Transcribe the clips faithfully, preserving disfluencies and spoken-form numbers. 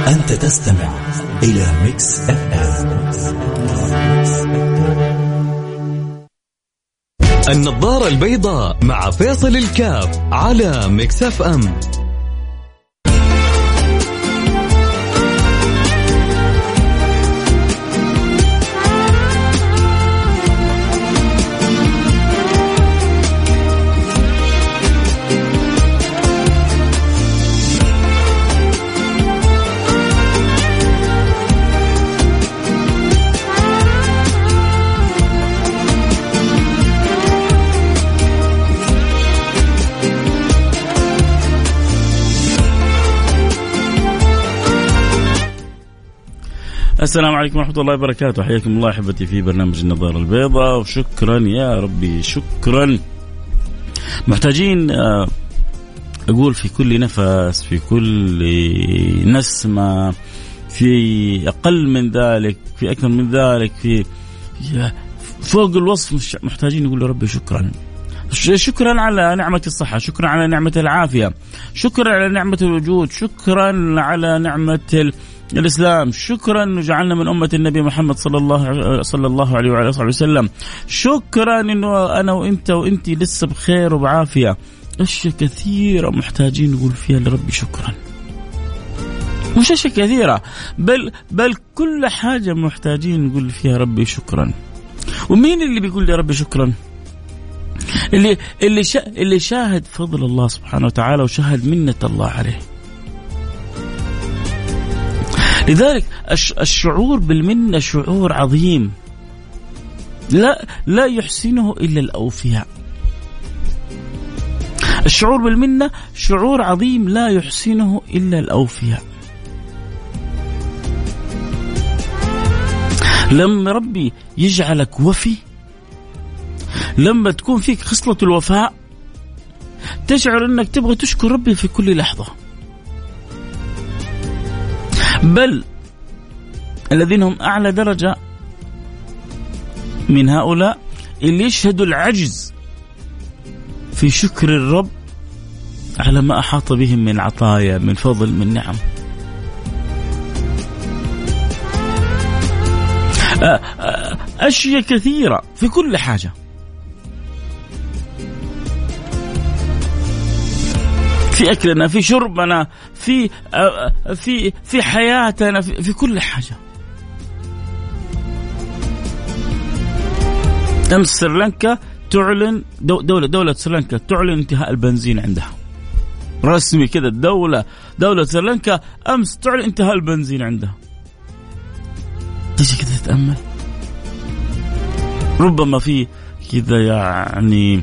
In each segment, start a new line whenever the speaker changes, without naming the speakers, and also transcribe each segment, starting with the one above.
أنت تستمع إلى ميكس اف ام.
النظارة البيضاء مع فيصل الكاف على ميكس اف ام.
السلام عليكم ورحمة الله وبركاته. حياكم الله أحبتي في برنامج النظارة البيضاء، وشكرا يا ربي شكرا. محتاجين أقول في كل نفس، في كل نسمة، في أقل من ذلك، في أكثر من ذلك، في فوق الوصف، محتاجين نقول لربي شكرا. شكرا على نعمة الصحة، شكرا على نعمة العافية، شكرا على نعمة الوجود، شكرا على نعمة الإسلام، شكرا أنه جعلنا من أمة النبي محمد صلى الله صلى الله عليه وعلى آله وسلم، شكرا أنه أنا وإنت وإنتي لسه بخير وبعافية. أشياء كثيرة محتاجين نقول فيها لربي شكرا، مش أشياء كثيرة، بل بل كل حاجة محتاجين نقول فيها ربي شكرا. ومين اللي بيقول لي ربي شكرا؟ اللي اللي شا اللي شاهد فضل الله سبحانه وتعالى وشاهد منة الله عليه. لذلك الشعور بالمنة شعور عظيم لا لا يحسنه إلا الأوفياء. الشعور بالمنة شعور عظيم لا يحسنه إلا الأوفياء. لما ربي يجعلك وفي، لما تكون فيك خصلة الوفاء، تشعر أنك تبغى تشكر ربي في كل لحظة. بل الذين هم أعلى درجة من هؤلاء اللي يشهدوا العجز في شكر الرب على ما أحاط بهم من عطايا، من فضل، من نعم. أشياء كثيرة في كل حاجة، في أكلنا، في شربنا، في في في حياتنا، في, في كل حاجة. أمس سريلانكا تعلن دولة دولة سريلانكا تعلن انتهاء البنزين عندها رسمي كذا. الدولة دولة سريلانكا أمس تعلن انتهاء البنزين عندها. تيجي كذا تتأمل، ربما في كذا يعني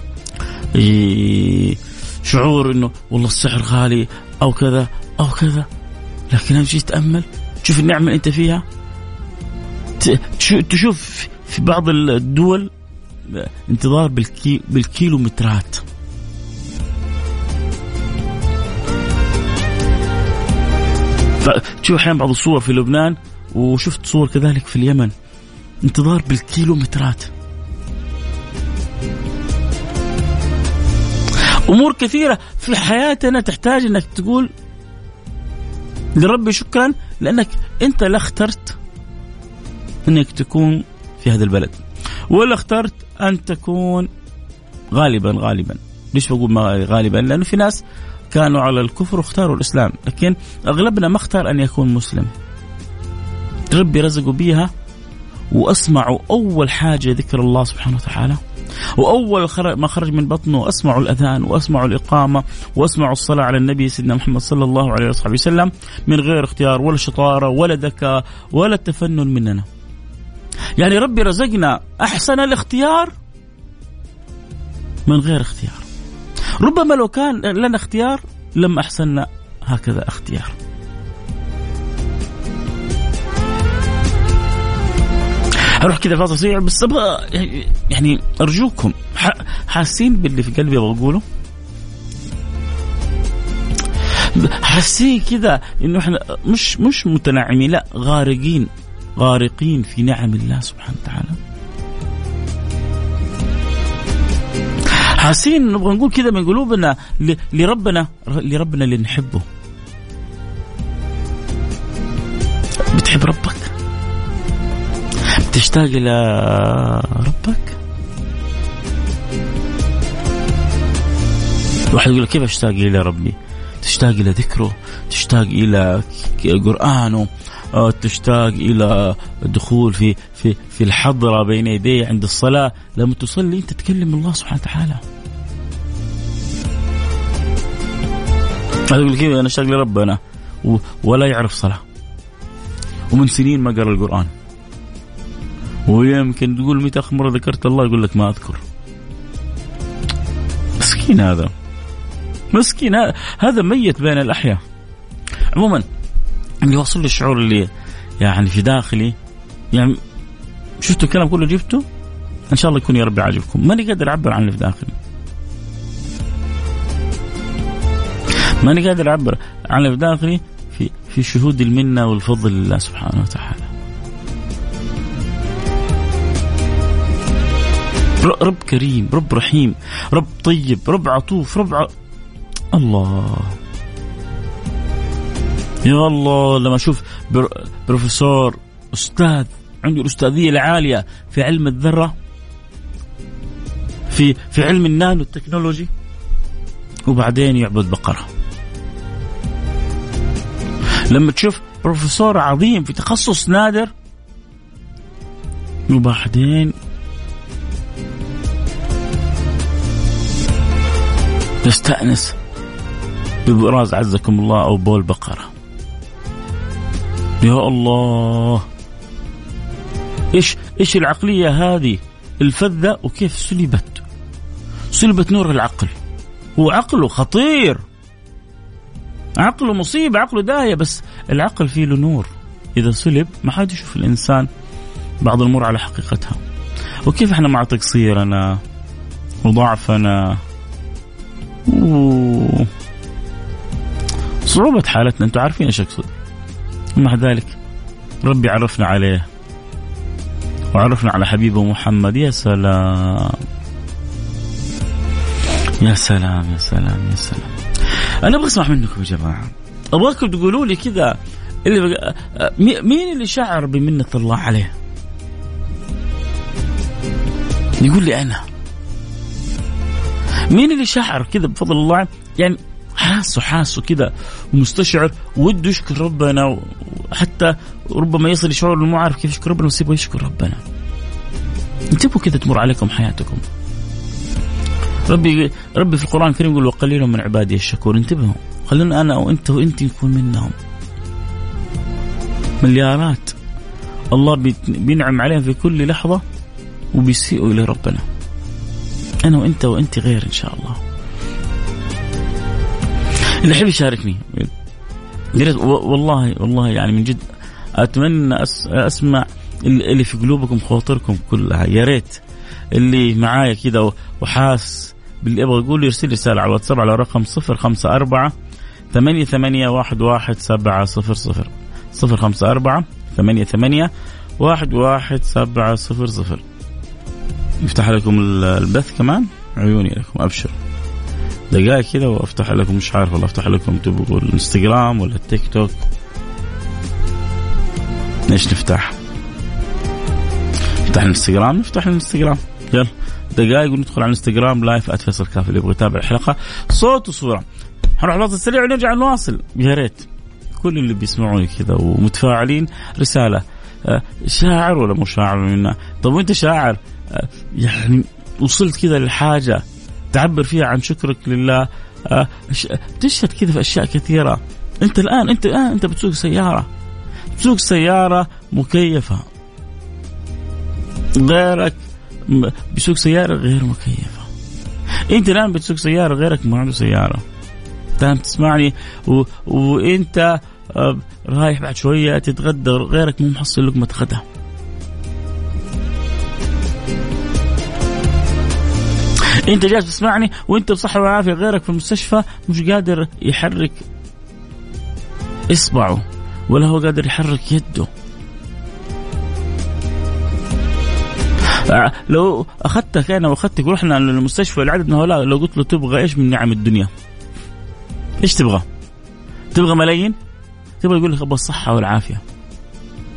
شعور إنه والله السعر غالي أو كذا أو كذا، لكن أمشي تأمل، تشوف النعمة اللي أنت فيها، تشوف في بعض الدول انتظار بالكي بالكيلومترات. فتشوف أحيانا بعض الصور في لبنان، وشفت صور كذلك في اليمن، انتظار بالكيلومترات. أمور كثيرة في حياتنا تحتاج أنك تقول لربي شكرا، لأنك أنت لا اخترت أنك تكون في هذا البلد، ولا اخترت أن تكون غالبا غالبا ليش بقول غالبا؟ لأنه في ناس كانوا على الكفر واختاروا الإسلام، لكن أغلبنا ما اختار أن يكون مسلم. ربي رزقوا بيها، وأسمعوا أول حاجة ذكر الله سبحانه وتعالى، وأول ما خرج من بطنه أسمعوا الأذان، وأسمعوا الإقامة، وأسمعوا الصلاة على النبي سيدنا محمد صلى الله عليه وسلم، من غير اختيار ولا شطارة ولا ذكاء ولا تفنن مننا. يعني ربي رزقنا أحسن الاختيار من غير اختيار. ربما لو كان لنا اختيار لما أحسننا هكذا اختيار. أروح كذا فاصل سريع، بس أبغى يعني أرجوكم حاسين باللي في قلبي بقوله، حاسين كذا إنه إحنا مش مش متنعمين، لا غارقين غارقين في نعم الله سبحانه وتعالى. حاسين نبغى نقول كذا من قلوبنا لربنا لربنا اللي نحبه. تحب ربك؟ تشتاق إلى ربك؟ واحد يقول كيف أشتاق إلى ربي؟ تشتاق إلى ذكره، تشتاق إلى قرآنه، تشتاق إلى الدخول في في في الحضرة بين يديه عند الصلاة. لما تصلي أنت تتكلم الله سبحانه وتعالى. يقول كيف أنا أشتاق لربنا ولا يعرف صلاة، ومن سنين ما قرأ القرآن، ويمكن تقول متى آخر مرة ذكرت الله يقول لك ما أذكر. مسكين هذا، مسكين هذا ميت بين الأحياء. عموما اللي وصل لي الشعور اللي يعني في داخلي، يعني شفتوا الكلام كله جبته، إن شاء الله يكون يا ربي عاجبكم. ماني قادر أعبر عن اللي في داخلي، ماني قادر أعبر عن اللي في داخلي في في شهود المنة والفضل لله سبحانه وتعالى. رب كريم، رب رحيم، رب طيب، رب عطوف، رب ع... الله يا الله. لما أشوف بروفيسور أستاذ عنده الأستاذية العالية في علم الذرة، في في علم النانو التكنولوجي، وبعدين يعبد بقرة. لما تشوف بروفيسور عظيم في تخصص نادر، وبعدين يستأنس ببراز عزكم الله أو بول بقرة. يا الله، إيش إيش العقلية هذه الفذة، وكيف سلبت سلبت نور العقل. هو عقله خطير، عقله مصيبة، عقله داهية، بس العقل فيه له نور. إذا سلب ما حد يشوف الإنسان بعض الأمور على حقيقتها. وكيف إحنا مع تقصيرنا وضعفنا وصعوبة حالتنا، أنتوا عارفين إيش أقصد. ومع ذلك ربي عرفنا عليه وعرفنا على حبيبه محمد. يا سلام يا سلام يا سلام يا سلام. أنا أبغى أسمع منكم يا جماعة، أبغاكم تقولوا لي كذا، اللي بقى مين اللي شعر بمنة الله عليه؟ يقول لي أنا. مين اللي شعر كذا بفضل الله، يعني حاسه حاسه كذا ومستشعر وده يشكر ربنا، وحتى ربما يصل لشعور انه مو عارف كيف يشكر ربنا، ويسيبه يشكر ربنا. انتبهوا كذا تمر عليكم حياتكم. ربي ربي في القرآن الكريم يقول وقليل من عبادي الشكور. انتبهوا، خلونا انا وانت وانت نكون منهم. مليارات الله بينعم عليهم في كل لحظة وبيسيئوا إلى ربنا. أنا وأنت وأنت غير إن شاء الله. اللي يحب يشاركني والله والله يعني من جد أتمنى أسمع اللي في قلوبكم خواطركم كلها. يا ريت اللي معايا كده وحاس باللي أبغى أقول يرسل رسالة على الواتساب على رقم صفر خمسة أربعة ثمانية ثمانية واحد واحد سبعة صفر صفر صفر خمسة أربعة ثمانية ثمانية واحد واحد سبعة صفر صفر. يفتح لكم البث كمان عيوني لكم، أبشر دقائق كده وأفتح لكم. مش عارف والله أفتح لكم تبغوا الانستغرام ولا التيك توك، ليش نفتح نفتح الانستغرام نفتح الانستغرام يلا دقائق وندخل على الانستغرام لايف @فيصل كاف اللي يبغى يتابع الحلقة صوت وصورة. هنروح لحظة سريع ونرجع نواصل. يا ريت كل اللي بيسمعوني كذا ومتفاعلين رسالة شاعر ولا مو شاعر منا. طب وانت شاعر يعني وصلت كذا للحاجة تعبر فيها عن شكرك لله، تشهد كذا في أشياء كثيرة. أنت الآن أنت الآن أنت بتسوق سيارة بتسوق سيارة مكيفة، غيرك بيسوق سيارة غير مكيفة. أنت الآن بتسوق سيارة غيرك ما عنده سيارة. تمام تسمعني و... وأنت رايح بعد شوية تتغدى غيرك مو محصل لقمة غدا. انت جالس تسمعني وانت بصحة وعافية، غيرك في المستشفى مش قادر يحرك اصبعه ولا هو قادر يحرك يده. لو اخذتك انا واخذتك ورحنا للمستشفى العدد من هؤلاء، لو قلت له تبغى ايش من نعم الدنيا، ايش تبغى؟ تبغى ملايين؟ تبغى يقول لك ابغى الصحة والعافية.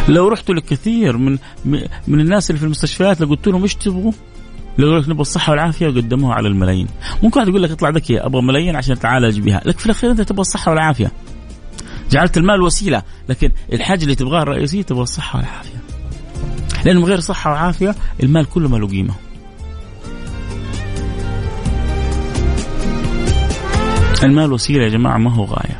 لو رحتوا لكثير من من الناس اللي في المستشفيات لو قلت لهم ايش تبغوا، لو لك نبغى الصحة والعافية وقدموها على الملايين. ممكن واحد يقول لك اطلع ذكي أبغى ملايين عشان تعالج بها، لكن في الأخير أنت تبغى الصحة والعافية. جعلت المال وسيلة، لكن الحاجة اللي تبغاها الرئيسية تبغى الصحة والعافية، لأنه من غير صحة وعافية المال كله ما له قيمة. المال وسيلة يا جماعة ما هو غاية.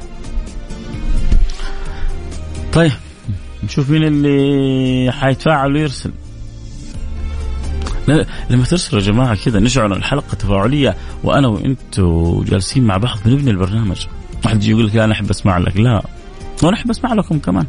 طيب نشوف مين اللي حيتفاعل ويرسل. لما ترسلوا يا جماعة كذا نجعل الحلقة تفاعلية، وأنا وإنتوا جالسين مع بعض بنبني البرنامج. واحد يقول لك لا أنا أحب أسمع لك، لا وأنا أحب أسمع لكم كمان.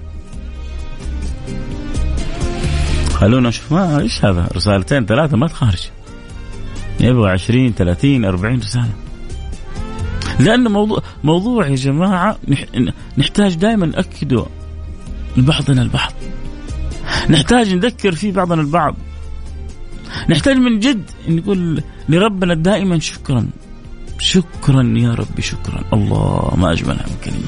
خلونا نشوف ما إيش هذا، رسالتين ثلاثة ما تخارج، يبغى عشرين ثلاثين أربعين رسالة، لأن موضوع موضوع يا جماعة نحتاج دائما نأكده لبعضنا البعض، نحتاج نذكر فيه بعضنا البعض، نحتاج من جد نقول لربنا دائما شكرا شكرا يا ربي شكرا. الله ما أجملها من كلمة.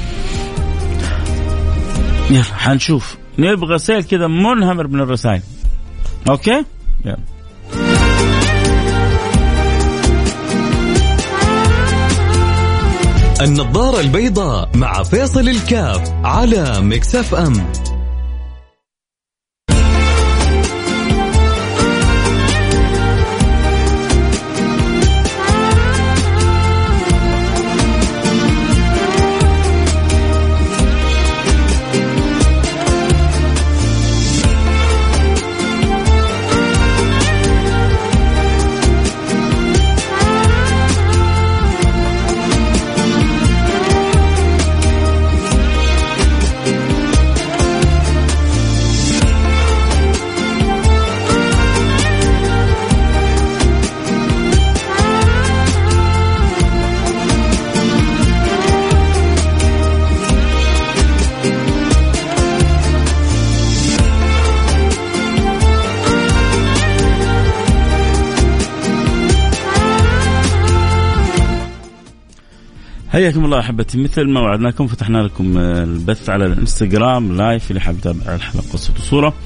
يلا حنشوف، نبغى سيل كذا منهمر من الرسائل. أوكي يلا.
النظارة البيضاء مع فيصل الكاف على ميكس اف ام.
حياكم الله أحبتي، مثل ما وعدناكم فتحنا لكم البث على الانستغرام لايف اللي حاب يتابع الحلقة صوت وصورة.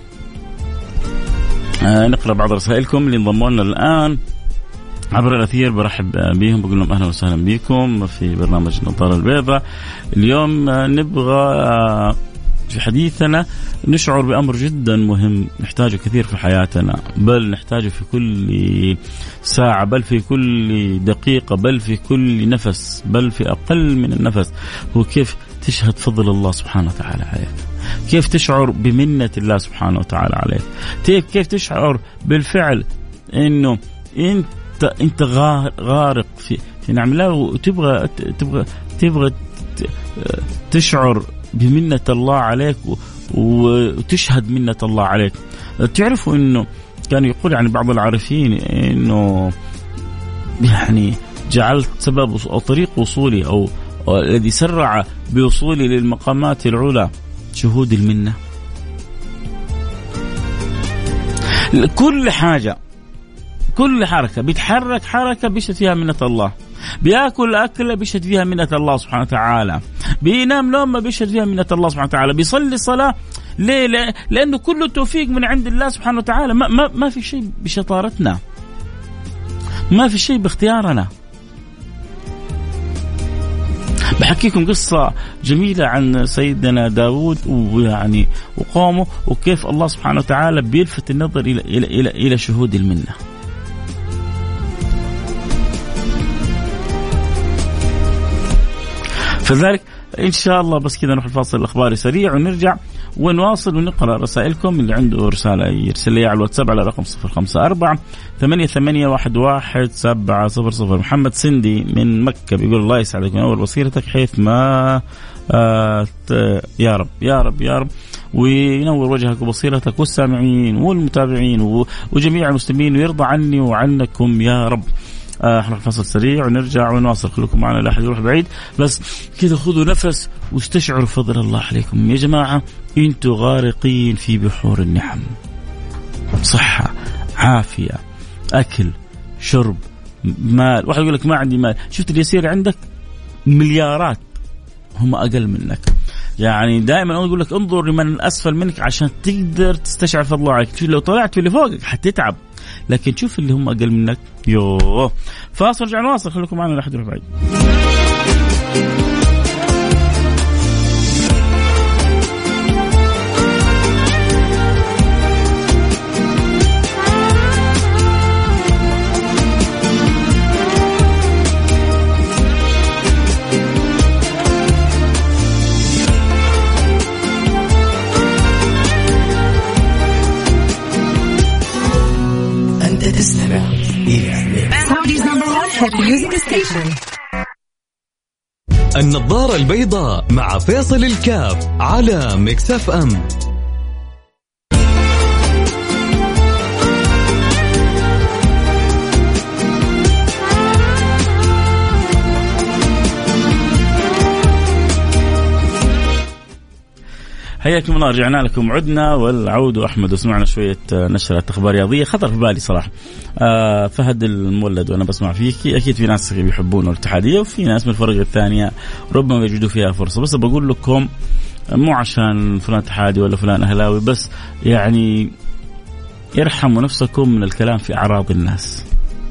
آه نقرأ بعض رسائلكم اللي انضموا لنا الآن عبر الأثير، برحب بهم بقول لهم أهلا وسهلا بكم في برنامج النظارة البيضاء. اليوم آه نبغى آه في حديثنا نشعر بأمر جدا مهم نحتاجه كثير في حياتنا، بل نحتاجه في كل ساعة، بل في كل دقيقة، بل في كل نفس، بل في أقل من النفس. هو كيف تشهد فضل الله سبحانه وتعالى عليك، كيف تشعر بمنة الله سبحانه وتعالى عليك، كيف تشعر بالفعل إنه أنت أنت غارق في في نعم الله، وتبغى تبغى تبغى تشعر بمنة الله عليك وتشهد منة الله عليك. تعرفوا إنه كان يقول عن بعض العارفين إنه يعني جعلت سبب أو طريق وصولي أو, أو الذي سرع بوصولي للمقامات العلى شهود المنة. كل حاجة كل حركة بيتحرك حركة بيشهد فيها منة الله، بياكل أكلة بيشهد فيها منة الله سبحانه وتعالى، بينام نوم بيشهد فيها منة الله سبحانه وتعالى، بيصلي صلاة ليه؟ لأنه كله توفيق من عند الله سبحانه وتعالى. ما, ما, ما في شيء بشطارتنا، ما في شيء باختيارنا. بحكيكم قصة جميلة عن سيدنا داود ويعني وقومه، وكيف الله سبحانه وتعالى بيلفت النظر إلى, إلى, إلى, إلى شهود المنة. فذلك إن شاء الله بس كذا نروح الفاصل الأخباري سريع ونرجع ونواصل ونقرأ رسائلكم. اللي عنده رسالة يرسل لي على الواتساب على رقم صفر خمسة أربعة ثمانية ثمانية واحد واحد سبعة صفر صفر. محمد سندي من مكة بيقول الله يسعدك وينور بصيرتك حيث ما آه يا رب يا رب يا رب، وينور وجهك وبصيرتك والسامعين والمتابعين وجميع المسلمين، ويرضى عني وعنكم يا رب. احنا فاصل سريع ونرجع ونواصل. خليكم معنا لا أحد يروح بعيد، بس كذا خذوا نفس واستشعروا فضل الله عليكم يا جماعة. انتوا غارقين في بحور النعم، صحة، عافية، أكل، شرب، مال. واحد يقول لك ما عندي مال، شفت اللي يصير عندك مليارات هم أقل منك. يعني دائما أقول لك انظر لمن أسفل منك عشان تقدر تستشعر فضله عليك. لو طلعت في اللي فوقك حتتعب، لكن شوف اللي هم أقل منك. يوه فاصل رجع نواصل، خليكم معنا لحد ربعي.
النظارة البيضاء مع فيصل الكاف على ميكس اف ام.
حياكم الله، رجعنا لكم عدنا والعود أحمد، وسمعنا شوية نشرة أخبار رياضية. خطر في بالي صراحة آه فهد المولد وأنا بسمع فيك، أكيد في ناس يحبون الاتحادية وفي ناس من الفرق الثانية ربما يجدوا فيها فرصة. بس بقول لكم مو عشان فلان اتحادي ولا فلان أهلاوي، بس يعني ارحموا نفسكم من الكلام في أعراض الناس،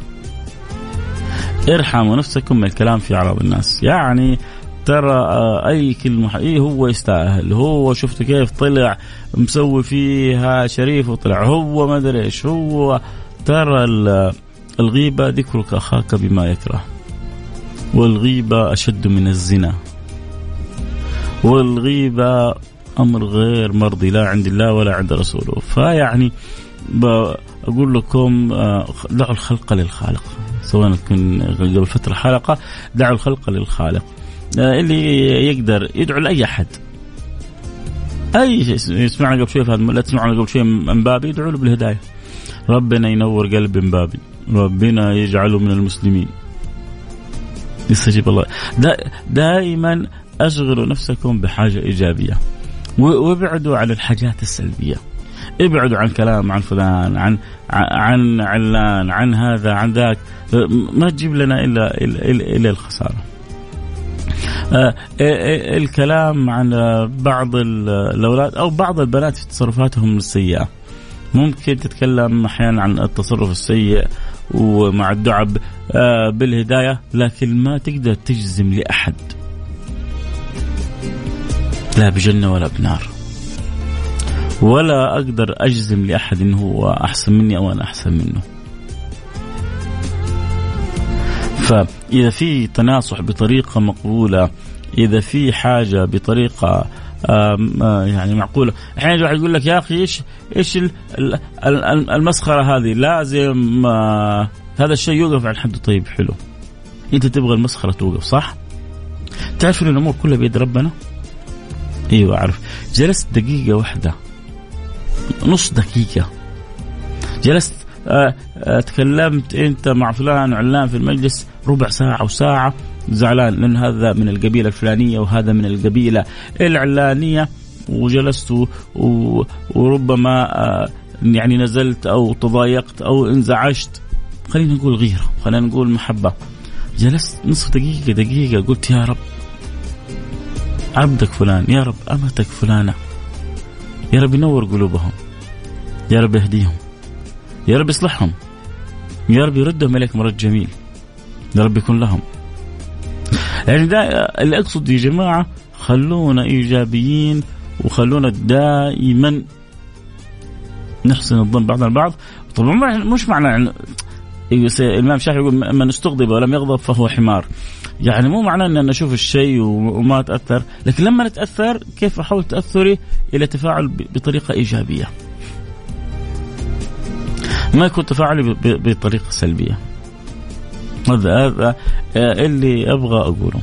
ارحموا نفسكم من الكلام في أعراض الناس. يعني ترى أي كلمة إيه هو يستاهل، هو شفت كيف طلع مسوي فيها شريف وطلع هو ما أدري إيش هو. ترى الغيبة ذكرك أخاك بما يكره، والغيبة أشد من الزنا، والغيبة أمر غير مرضي لا عند الله ولا عند رسوله. فيعني أقول لكم دعوا الخلق للخالق، سواء كن قبل فترة حلقة دعوا الخلق للخالق. اللي يقدر يدعو لأي أحد، أي يسمعنا قبل شوية لا تسمعنا قبل شوية مبابي، يدعو له بالهداية. ربنا ينور قلب مبابي، ربنا يجعله من المسلمين، يستجيب الله. دا دائما أشغلوا نفسكم بحاجة إيجابية، وابعدوا عن الحاجات السلبية. ابعدوا عن كلام عن فلان، عن عن علان، عن هذا عن ذاك، ما تجيب لنا إلا إلا, إلا الخسارة. آه الكلام عن بعض الأولاد أو بعض البنات في تصرفاتهم السيئة، ممكن تتكلم أحيانا عن التصرف السيء ومع الدعاء آه بالهداية، لكن ما تقدر تجزم لأحد لا بجنة ولا بنار، ولا أقدر أجزم لأحد إنه هو أحسن مني أو أنا أحسن منه. فإذا في تناصح بطريقة مقبولة، إذا في حاجة بطريقة يعني معقولة، أحيانا واحد يقول لك يا أخي إيش إيش المسخرة هذه، لازم هذا الشيء يوقف عن حد. طيب حلو، أنت تبغى المسخرة توقف صح؟ تعرف إن الأمور كلها بيد ربنا. أيوة أعرف. جلست دقيقة واحدة، نص دقيقة، جلست أه أه تكلمت أنت مع فلان وعلان في المجلس ربع ساعة أو ساعة، زعلان لأن هذا من القبيلة الفلانية وهذا من القبيلة العلانية، وجلست وربما أه يعني نزلت أو تضايقت أو انزعجت، خلينا نقول غيرة، خلينا نقول محبة. جلست نصف دقيقة دقيقة قلت يا رب عبدك فلان، يا رب أمتك فلانة، يا رب ينور قلوبهم، يا رب يهديهم، يا رب يصلحهم، يا رب يردهم إليك مرد جميل، يا رب يكون لهم. يعني ده اللي أقصد يا جماعة، خلونا إيجابيين وخلونا دائما نحسن الظن بعضنا البعض. طبعا مش معنى الإمام الشافعي يقول من استغضب ولم يغضب فهو حمار، يعني مو معناه أن نشوف الشيء وما تأثر، لكن لما نتأثر كيف أحاول تأثري إلى تفاعل بطريقة إيجابية، ما يكون تفاعلي بطريقة سلبية. هذا هذا اللي أبغى أقوله.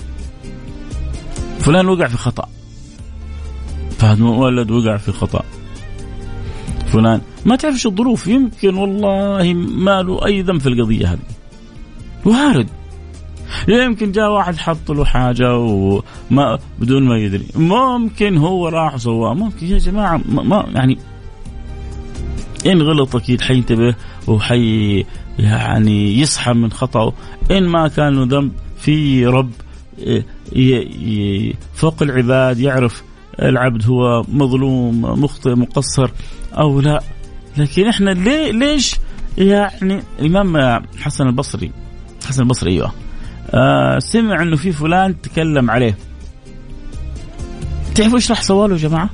فلان وقع في خطأ، فهد مولد وقع في خطأ، فلان ما تعرفش الظروف، يمكن والله ما له أي ذنب في القضية هذه، وارد. يمكن جاء واحد حط له حاجة وما بدون ما يدري، ممكن هو راح وسواه، ممكن. يا جماعة ما يعني إن غلط أكيد حينتبه وحي يعني يصحى من خطأه، إن ما كان ذنب في رب فوق العباد، يعرف العبد هو مظلوم مخطئ مقصر أو لا. لكن إحنا ليه ليش يعني الإمام حسن البصري حسن البصري أيوه آه سمع إنه في فلان تكلم عليه، تعرفوا إيش راح سواله يا جماعة؟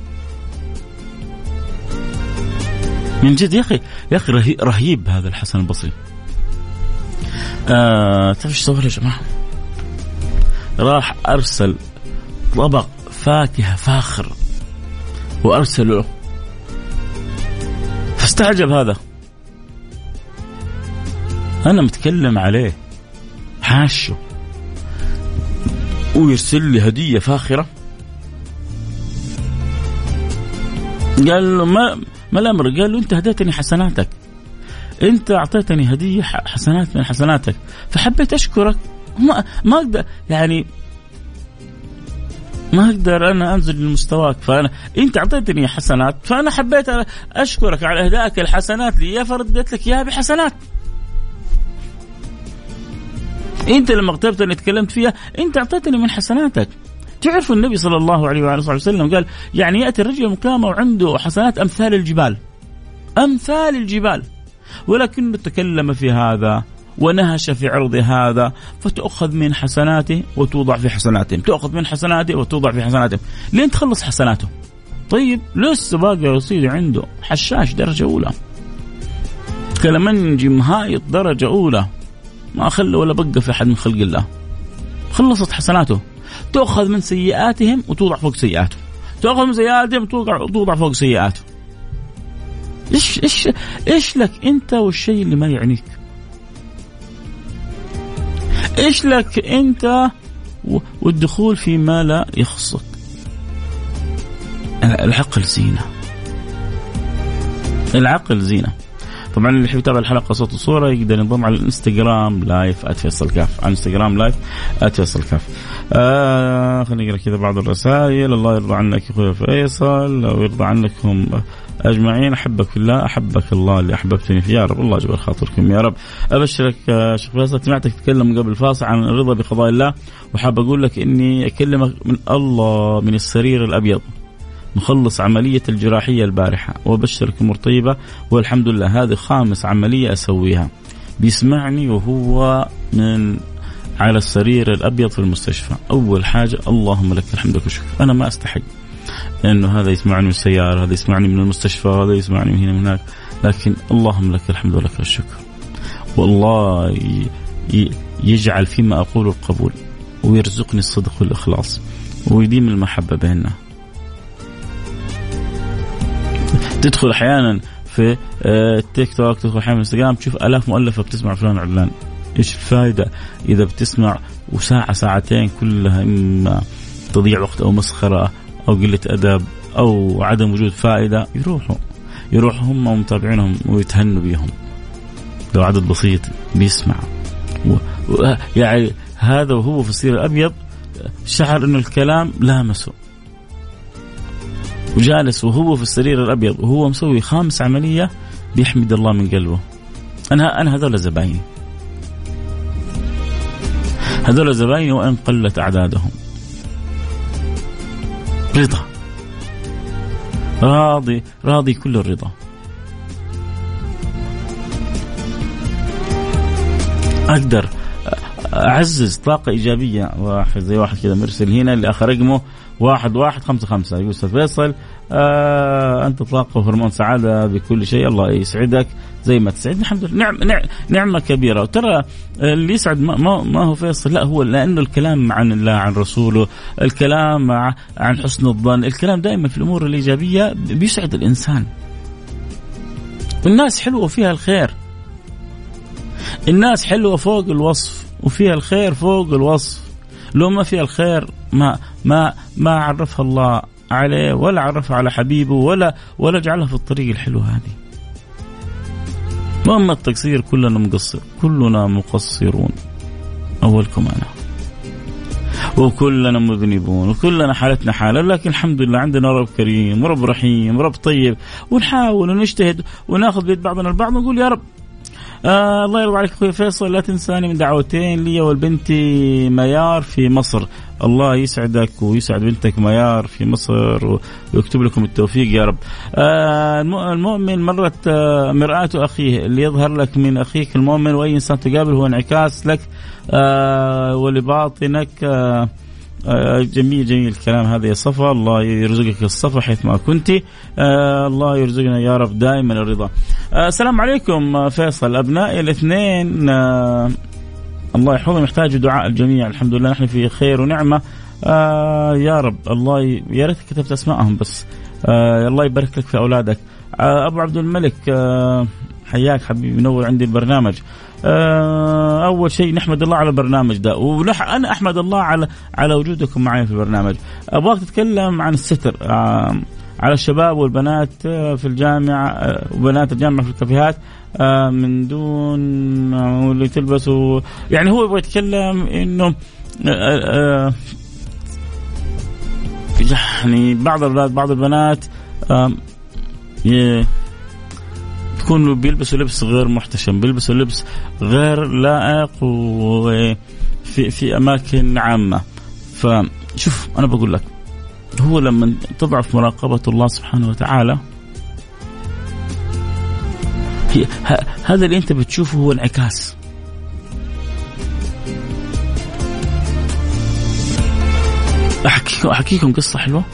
من جد يا أخي يا أخي رهيب, رهيب هذا الحسن البصري. آه تعرفوا إيش سواله يا جماعة؟ راح أرسل طبق فاكهة فاخر وأرسله، فاستعجب هذا، أنا متكلم عليه حاشه ويرسل لي هدية فاخرة. قال له ما ما الأمر؟ قال له أنت هديتني حسناتك، أنت أعطيتني هدية حسنات من حسناتك، فحبيت أشكرك. ما ما أقدر يعني ما أقدر أنا أنزل لمستواك، فأنا أنت أعطيتني حسنات فأنا حبيت أشكرك على إهدائك الحسنات لي، فردت لك إياها بحسنات. أنت لما اغتبتني تكلمت فيها أنت أعطيتني من حسناتك. تعرف النبي صلى الله عليه وآله وسلم قال يعني يأتي الرجل يوم القيامة وعنده حسنات أمثال الجبال، أمثال الجبال، ولكنه تكلم في هذا ونهش في عرض هذا، فتأخذ من حسناته وتوضع في حسناتهم، تأخذ من حسناته وتوضع في حسناتهم، لين تخلص حسناته. طيب لسه باقي رصيد عنده حشاش درجة أولى، كلمنجي مهايط درجة أولى، ما أخلى ولا بقى في أحد من خلق الله. خلصت حسناته، تأخذ من سيئاتهم وتوضع فوق سيئاته، تأخذ من سيئاتهم وتوضع فوق سيئاته. إيش إيش إيش لك أنت والشيء اللي ما يعنيك؟ إيش لك أنت والدخول فيما لا يخصك؟ العقل زينة، العقل زينة. طبعا اللي يحب يتابع الحلقة صوت وصورة يقدر ينضم على الانستغرام لايف @فيصل كاف، على الانستغرام لايف @فيصل كاف. آه خلينا نقرأ كذا بعض الرسائل. الله يرضى عنك يا أخوي فيصل ويرضى عنكم أجمعين، أحبك في الله، أحبك الله اللي أحببتني فيه يا رب، الله يجبر خاطركم يا رب. أبشرك شيخ فيصل، سمعتك تتكلم قبل فاصل عن الرضا بقضاء الله، وحاب أقول لك إني أكلمك من الله من السرير الأبيض، مخلص عملية الجراحية البارحة، وبشرك أمور طيبة والحمد لله. هذه خامس عملية أسويها، بيسمعني وهو من على السرير الأبيض في المستشفى. أول حاجة اللهم لك الحمد والشكر، أنا ما أستحق إنه هذا يسمعني من السيارة، هذا يسمعني من المستشفى، هذا يسمعني من هنا من هناك، لكن اللهم لك الحمد ولك الشكر. والله يجعل فيما أقول القبول، ويرزقني الصدق والإخلاص، ويديم المحبة بيننا. تدخل أحيانا في التيك توك، تدخل أحيانا في الانستغرام، تشوف آلاف مؤلفة بتسمع فلان علان. إيش الفائدة إذا بتسمع وساعة ساعتين كلها إما تضيع وقت أو مسخرة أو قلة أدب أو عدم وجود فائدة؟ يروحوا يروحوا هم ومتابعينهم ويتهنوا بيهم لو عدد بسيط بيسمع. و... و... يعني هذا وهو في السرير الأبيض شعر إنه الكلام لامسه، وجالس وهو في السرير الأبيض وهو مسوي خامس عملية بيحمد الله من قلبه. أنا أنا هذول زبايني، هذول زبايني وإن قلت أعدادهم. رضا، راضي راضي كل الرضا. أقدر أعزز طاقة إيجابية. واحد زي واحد كذا مرسل هنا اللي آخر رقمه واحد واحد خمسة خمسة، يقول أستاذ فيصل آه أنت طاقة وهرمون سعادة بكل شيء، الله يسعدك زي ما تسعدني. الحمد لله، نعم نعم نعمة كبيرة. وترى اللي يسعد ما, ما, ما هو فيصل، لا هو لأنه الكلام عن الله عن رسوله، الكلام عن حسن الظن، الكلام دائما في الأمور الإيجابية بيسعد الإنسان. الناس حلوة فيها الخير، الناس حلوة فوق الوصف وفيها الخير فوق الوصف. لو ما فيها الخير ما ما ما عرفها الله عليه ولا عرفها على حبيبه ولا ولا جعلها في الطريق الحلو هذه. وأما التقصير كلنا مقصر، كلنا مقصرون أولكم أنا، وكلنا مذنبون، وكلنا حالتنا حالة، لكن الحمد لله عندنا رب كريم ورب رحيم ورب طيب، ونحاول ونجتهد وناخذ بيد بعضنا البعض ونقول يا رب آه الله يرضى عليك أخوي فيصل، لا تنساني من دعوتين لي والبنتي ميار في مصر. الله يسعدك ويسعد بنتك ميار في مصر ويكتب لكم التوفيق يا رب. آه المؤمن مرت آه مرآة أخيه، اللي يظهر لك من أخيك المؤمن وأي إنسان تقابل هو انعكاس لك آه ولباطنك. آه آه جميل جميل الكلام هذا يا صفا، الله يرزقك الصفا حيث ما كنتي. آه الله يرزقنا يا رب دائما الرضا. آه السلام عليكم فيصل، أبنائي الاثنين آه الله يحفظهم يحتاجوا دعاء الجميع، الحمد لله نحن في خير ونعمة. آه يا رب الله ي... يا ريت كتبت أسمائهم بس. آه الله يبارك لك في أولادك. آه أبو عبد الملك آه حياك حبيبي، منور عندي البرنامج. آه أول شيء نحمد الله على البرنامج ده، ونح أنا أحمد الله على على وجودكم معي في البرنامج. أبغاك تتكلم عن الستر آه على الشباب والبنات في الجامعة آه وبنات الجامعة في الكافيهات آه من دون اللي تلبسوا، يعني هو يبغى يتكلم إنه آه آه يعني بعض الأولاد بعض البنات آه يكونوا بيلبسوا لبس غير محتشم، بيلبسوا لبس غير لائق وفي في أماكن عامة. فشوف أنا بقول لك، هو لما تضعف مراقبة الله سبحانه وتعالى هذا اللي أنت بتشوفه هو انعكاس. أحكيكم أحكيكم قصة حلوة،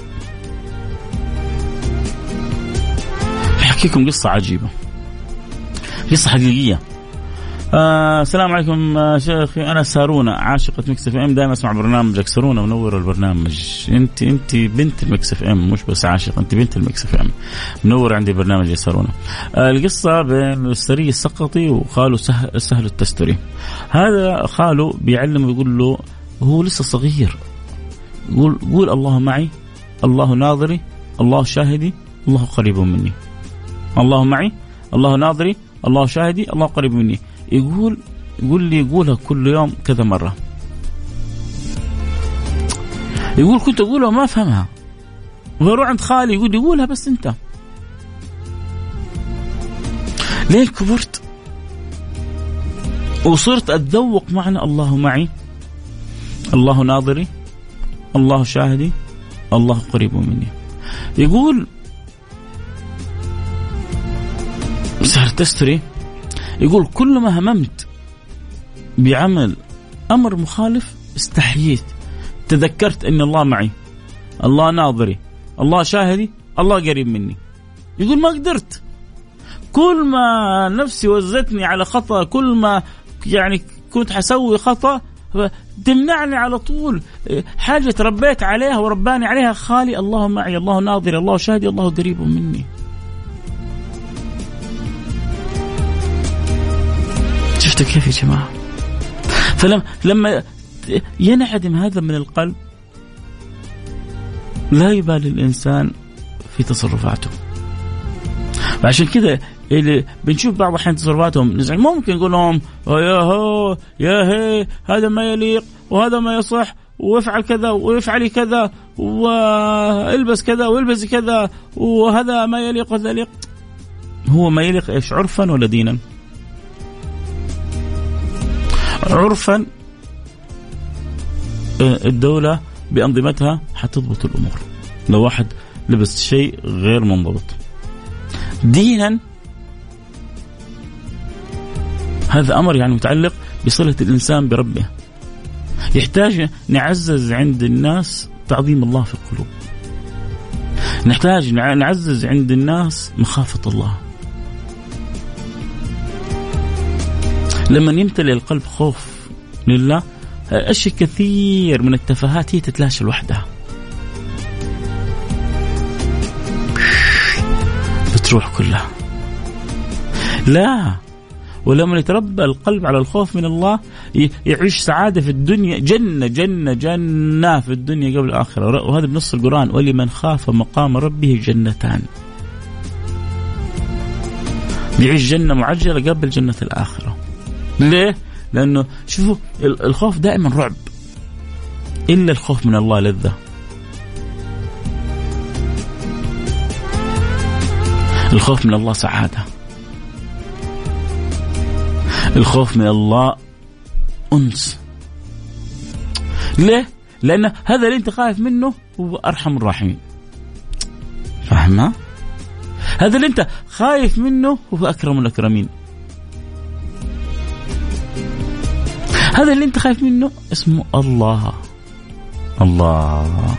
أحكيكم قصة عجيبة، قصة حقيقية. آه السلام عليكم آه شيخي، أنا سارونا عاشقة ميكس اف ام، دائما أسمع برنامجك. سارونا منور البرنامج، أنت أنت بنت الميكس اف ام، مش بس عاشقة، أنت بنت الميكس اف ام، منور عندي برنامج يا سارونا. آه القصة بين السري السقطي وخاله سهل, سهل التستري. هذا خاله بيعلمه ويقول له هو لسه صغير، قول قول الله معي، الله ناظري، الله شاهدي، الله قريب مني. الله معي، الله ناظري، الله شاهدي، الله قريب مني. يقول يقول لي يقولها كل يوم كذا مرة. يقول كنت أقولها ما أفهمها، وأروح عند خالي يقول يقولها بس أنت. ليه كبرت وصرت أتذوق معنى الله معي، الله ناظري، الله شاهدي، الله قريب مني. يقول سهل تستري، يقول كل ما هممت بعمل أمر مخالف استحييت، تذكرت أن الله معي، الله ناظري، الله شاهدي، الله قريب مني. يقول ما قدرت، كل ما نفسي وزتني على خطأ، كل ما يعني كنت حسوي خطأ تمنعني على طول حاجة ربيت عليها ورباني عليها خالي، الله معي، الله ناظري، الله شاهدي، الله قريب مني. شفتوا كيف يا جماعة؟ فلما لما ينعدم هذا من القلب لا يبالي الإنسان في تصرفاته. وعشان كده اللي بنشوف بعض الحين تصرفاتهم نزعل، ممكن نقول لهم يا هو يا هي هذا ما يليق وهذا ما يصح وافعل كذا وافعلي كذا والبس كذا والبس كذا وهذا ما يليق وهذا يليق. هو ما يليق ايش، عرفا ولا دينا؟ عرفا الدولة بأنظمتها حتضبط الأمور لو واحد لبس شيء غير منضبط. دينا هذا أمر يعني متعلق بصلة الإنسان بربه، يحتاج نعزز عند الناس تعظيم الله في القلوب، نحتاج نعزز عند الناس مخافة الله. لما يمتلئ القلب خوف لله أشياء كثير من التفاهات هي تتلاشى لوحدها، بتروح كلها. لا، ولما يتربى القلب على الخوف من الله يعيش سعادة في الدنيا، جنة جنة جنة في الدنيا قبل الآخرة. وهذا بنص القرآن، ولمن خاف مقام ربه جنتان. يعيش جنة معجلة قبل جنة الآخرة. ليه؟ لأنه شوفوا الخوف دائما رعب، إلا الخوف من الله لذة. الخوف من الله سعادة. الخوف من الله أنس. ليه؟ لأن هذا اللي أنت خايف منه هو أرحم الراحمين. فاهمها؟ هذا اللي أنت خايف منه هو أكرم الأكرمين. هذا اللي أنت خايف منه اسمه الله. الله.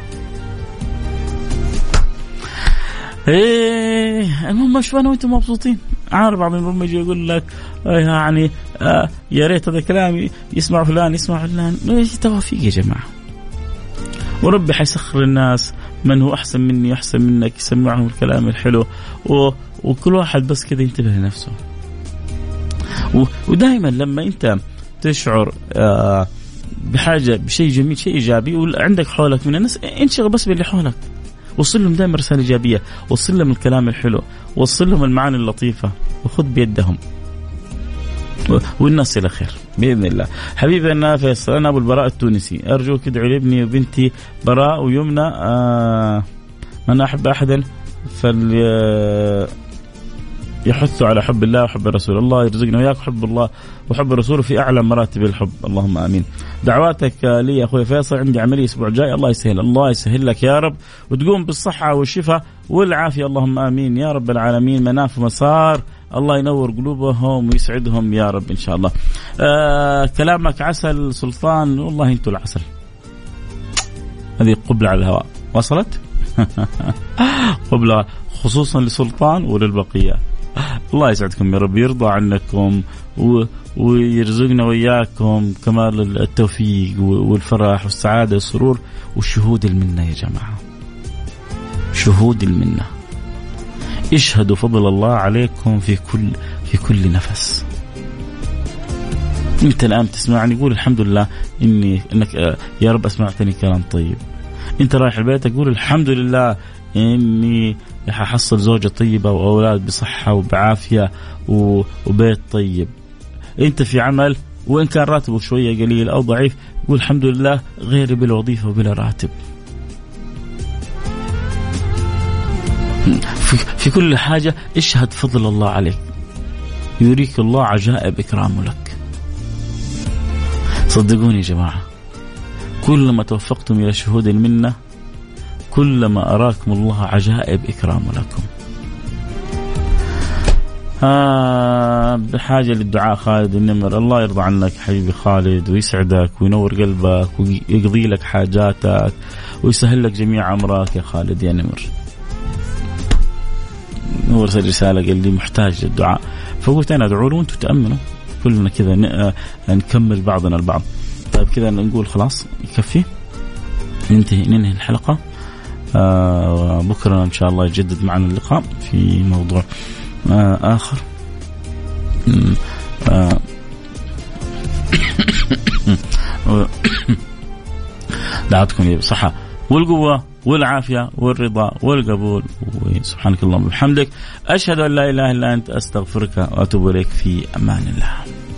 إيه المهم شوفوا أنا وأنتم مبسوطين. عارف بعض المهم يجي يقول لك يعني آه يا ريت هذا كلامي يسمع فلان يسمع فلان. ايش توفيق يا جماعة. وربي حيسخر الناس من هو أحسن مني وأحسن منك يسمعهم الكلام الحلو و... وكل واحد بس كذا ينتبه لنفسه. و... ودائما لما أنت تشعر آه بحاجة بشيء جميل شيء إيجابي وعندك حولك من الناس انشغل بس باللي حولك. وصل لهم دائما رسالة إيجابية. وصل لهم الكلام الحلو. وصل لهم المعاني اللطيفة وخذ بيدهم والناس إلى خير بإذن الله. حبيبي أنا فيصل أنا أبو البراء التونسي. أرجوك ادعوا لابني وبنتي براء ويمنى. آه من أحب أحدا فل يحث على حب الله وحب الرسول. الله يرزقنا وياك حب الله وحب الرسول في أعلى مراتب الحب. اللهم آمين. دعواتك لي يا أخوي فيصل. عندي عملية أسبوع جاي. الله يسهل. الله يسهل لك يا رب وتقوم بالصحة والشفاء والعافية. اللهم آمين يا رب العالمين. مناف مسار. الله ينور قلوبهم ويسعدهم يا رب إن شاء الله. آه كلامك عسل سلطان. والله أنتوا العسل. هذه قبلة على الهواء وصلت. قبلة خصوصا لسلطان وللبقية. الله يسعدكم يا رب يرضى عنكم و... ويرزقنا وياكم كمال التوفيق والفرح والسعادة والسرور والشهود المنة يا جماعة. شهود المنة. اشهدوا فضل الله عليكم في كل في كل نفس. انت الآن تسمعني قول الحمد لله اني انك يا رب اسمعتني كلام طيب. انت رايح البيت اقول الحمد لله اني ححصل زوجة طيبة واولاد بصحة وبعافية وبيت طيب. انت في عمل وان كان راتبه شوية قليل او ضعيف قول الحمد لله غير بلا وظيفة وبلا راتب. في كل حاجة اشهد فضل الله عليك. يريك الله عجائب إكرامه لك. صدقوني يا جماعة كلما توفقتم إلى شهود المنة كلما أراكم الله عجائب إكرامه لكم. آه بحاجة للدعاء خالد النمر. الله يرضى عنك حبيبي خالد ويسعدك وينور قلبك ويقضي لك حاجاتك ويسهل لك جميع أمرك يا خالد يا نمر. هو رسل رسالة قال لي محتاج للدعاء فقلت أنا أدعو له وأنتوا تأمنوا كلنا كذا نكمل بعضنا البعض. طيب كذا نقول خلاص يكفي ننتهي ننهي الحلقة. آه بكرة إن شاء الله يجدد معنا اللقاء في موضوع آه آخر. آه دعوتكم لي بصحة والقوة والعافية والرضا والقبول. وسبحانك اللهم وبحمدك أشهد أن لا إله إلا أنت أستغفرك وأتوب إليك في أمان الله.